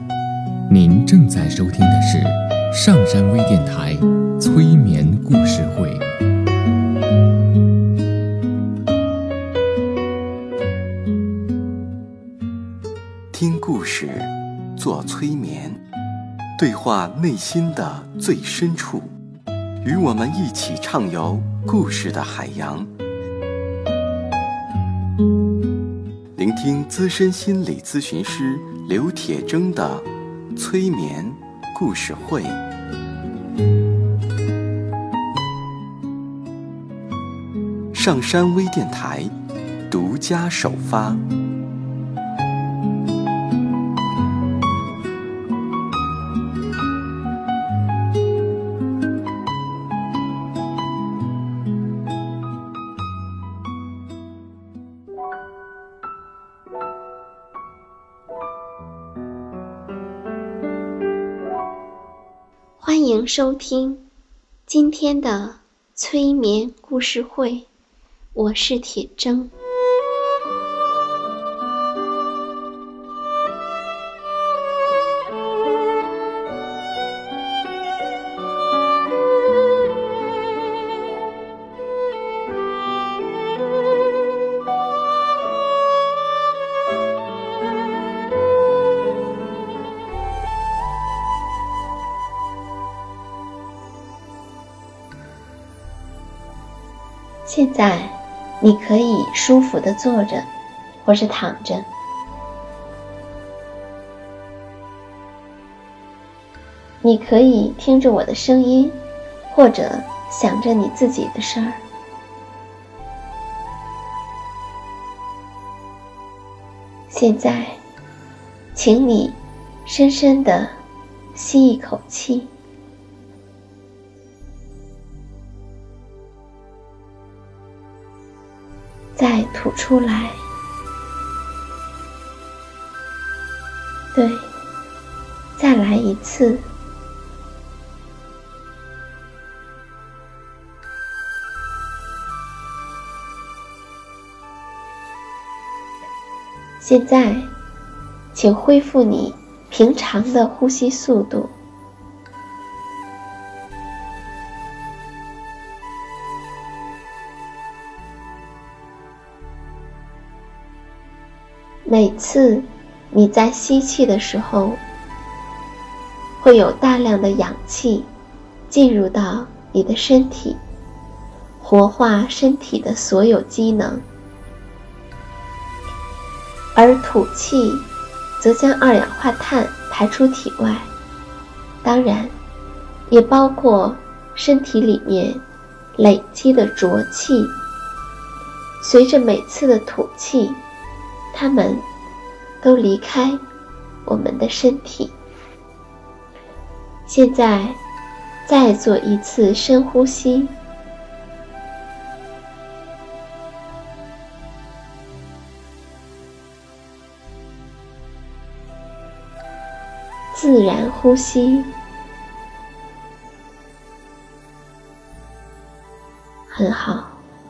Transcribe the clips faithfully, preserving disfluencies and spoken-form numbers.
您正在收听的是上山微电台催眠故事会。 听故事，做催眠，对话内心的最深处，与我们一起畅游故事的海洋。聆听资深心理咨询师刘铁铮的催眠故事会。上山微电台独家首发。 欢迎收听今天的催眠故事会，我是铁铮。现在你可以舒服地坐着或是躺着，你可以听着我的声音，或者想着你自己的事儿。现在请你深深地吸一口气，再吐出来。对，再来一次。现在，请恢复你平常的呼吸速度。每次你在吸气的时候，会有大量的氧气进入到你的身体，活化身体的所有机能，而吐气则将二氧化碳排出体外，当然也包括身体里面累积的浊气。随着每次的吐气，它们都离开我们的身体。现在再做一次深呼吸，自然呼吸，很好。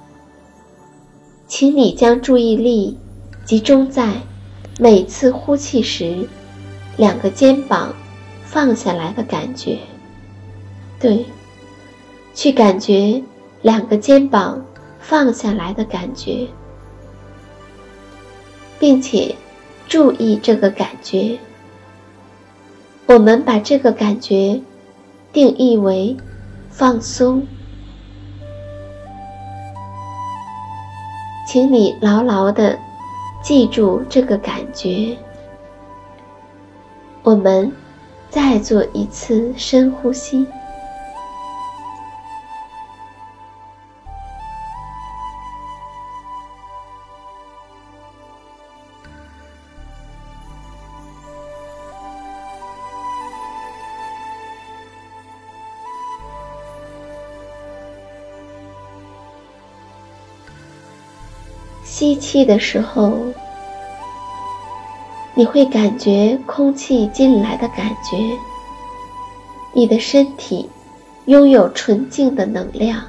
请你将注意力集中在每次呼气时两个肩膀放下来的感觉。对，去感觉两个肩膀放下来的感觉，并且注意这个感觉。我们把这个感觉定义为放松。请你牢牢地记住这个感觉。我们再做一次深呼吸，吸气的时候，你会感觉空气进来的感觉，你的身体拥有纯净的能量，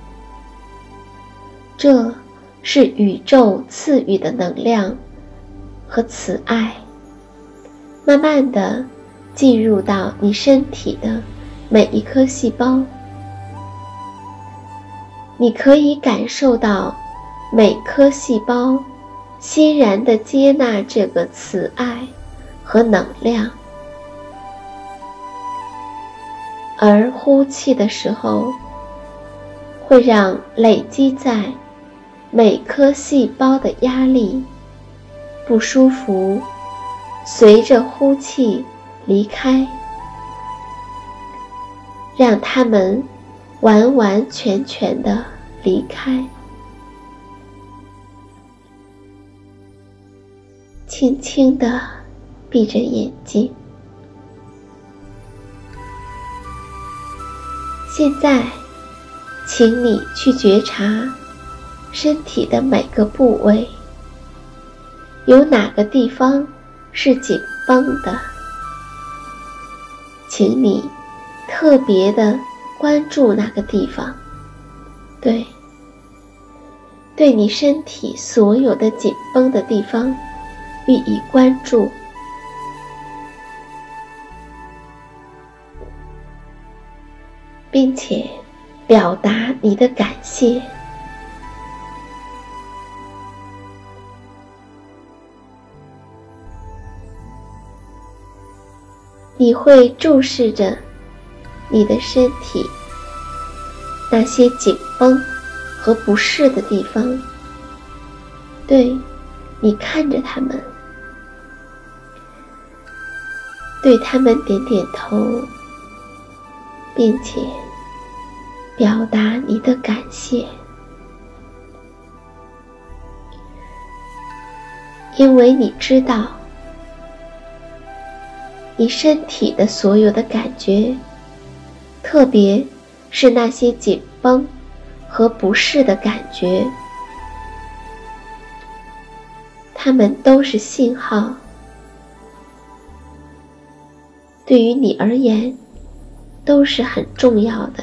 这是宇宙赐予的能量和慈爱，慢慢地进入到你身体的每一颗细胞。你可以感受到每颗细胞欣然地接纳这个慈爱和能量，而呼气的时候，会让累积在每颗细胞的压力、不舒服随着呼气离开，让它们完完全全地离开。轻轻地闭着眼睛。现在，请你去觉察身体的每个部位，有哪个地方是紧绷的，请你特别地关注那个地方。对，对你身体所有的紧绷的地方予以关注，并且表达你的感谢。你会注视着你的身体那些紧绷和不适的地方，对，你看着它们，对它们点点头，并且表达你的感谢，因为你知道你身体的所有的感觉，特别是那些紧绷和不适的感觉，它们都是信号，对于你而言都是很重要的。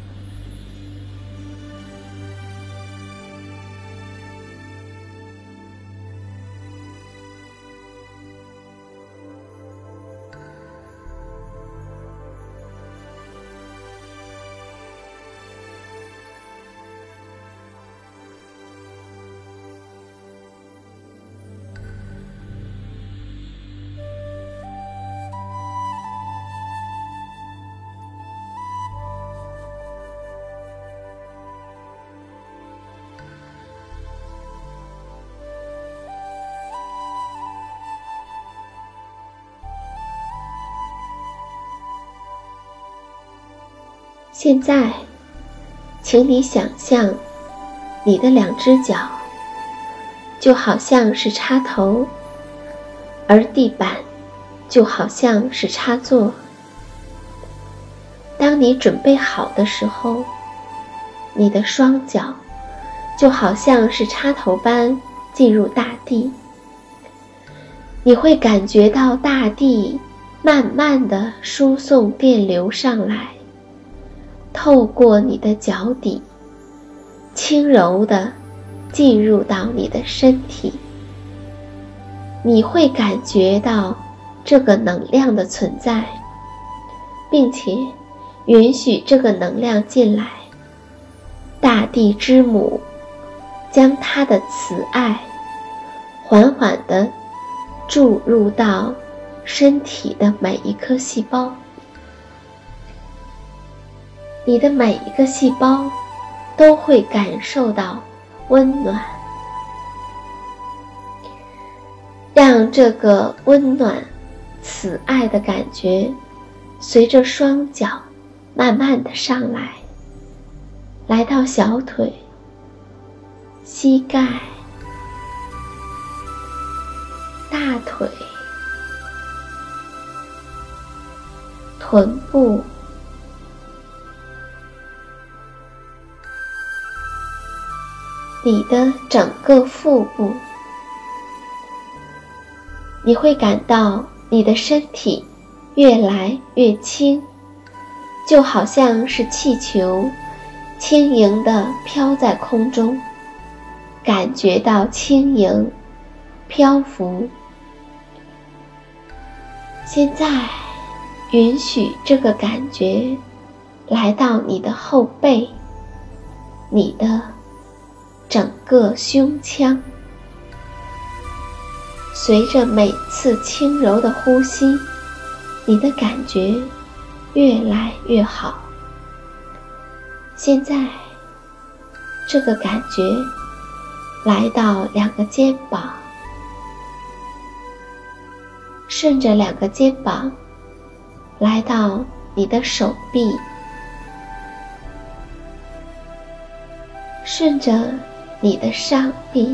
现在，请你想象你的两只脚就好像是插头，而地板就好像是插座。当你准备好的时候，你的双脚就好像是插头般进入大地，你会感觉到大地慢慢地输送电流上来，透过你的脚底，轻柔地进入到你的身体。你会感觉到这个能量的存在，并且允许这个能量进来。大地之母将它的慈爱缓缓地注入到身体的每一颗细胞。你的每一个细胞都会感受到温暖，让这个温暖、慈爱的感觉随着双脚慢慢地上来，来到小腿、膝盖、大腿、臀部、你的整个腹部。你会感到你的身体越来越轻，就好像是气球轻盈地飘在空中，感觉到轻盈漂浮。现在允许这个感觉来到你的后背，你的整个胸腔。随着每次轻柔的呼吸，你的感觉越来越好。现在，这个感觉来到两个肩膀，顺着两个肩膀来到你的手臂，顺着你的上臂、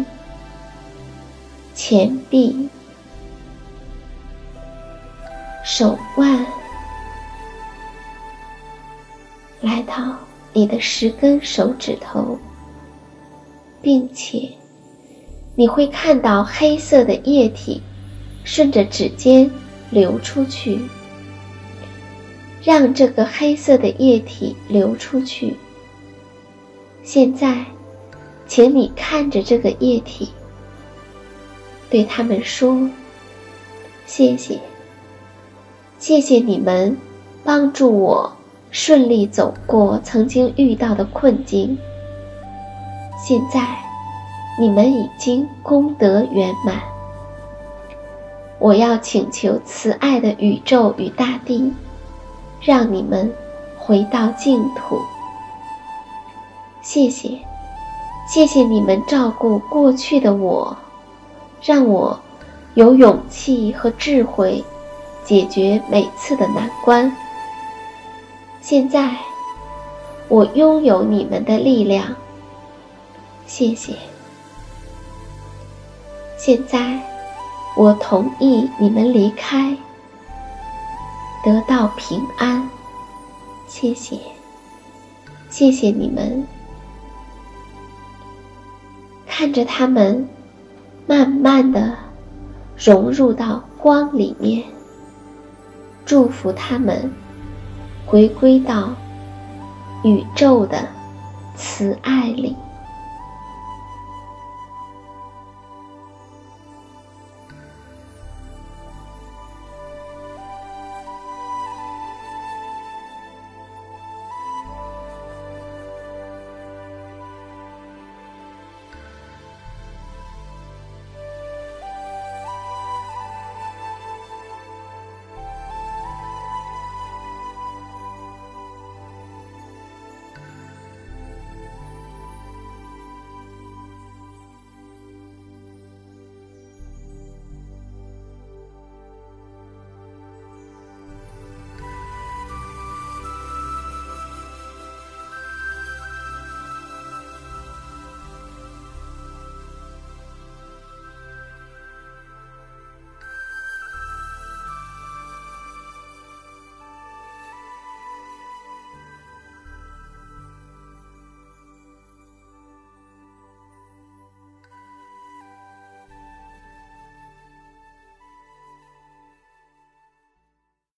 前臂、手腕，来到你的十根手指头，并且你会看到黑色的液体顺着指尖流出去。让这个黑色的液体流出去。现在，请你看着这个液体，对他们说：谢谢，谢谢你们帮助我顺利走过曾经遇到的困境。现在，你们已经功德圆满。我要请求慈爱的宇宙与大地，让你们回到净土。谢谢，谢谢你们照顾过去的我，让我有勇气和智慧解决每次的难关。现在，我拥有你们的力量。谢谢。现在，我同意你们离开，得到平安。谢谢，谢谢你们。看着他们慢慢地融入到光里面，祝福他们回归到宇宙的慈爱里。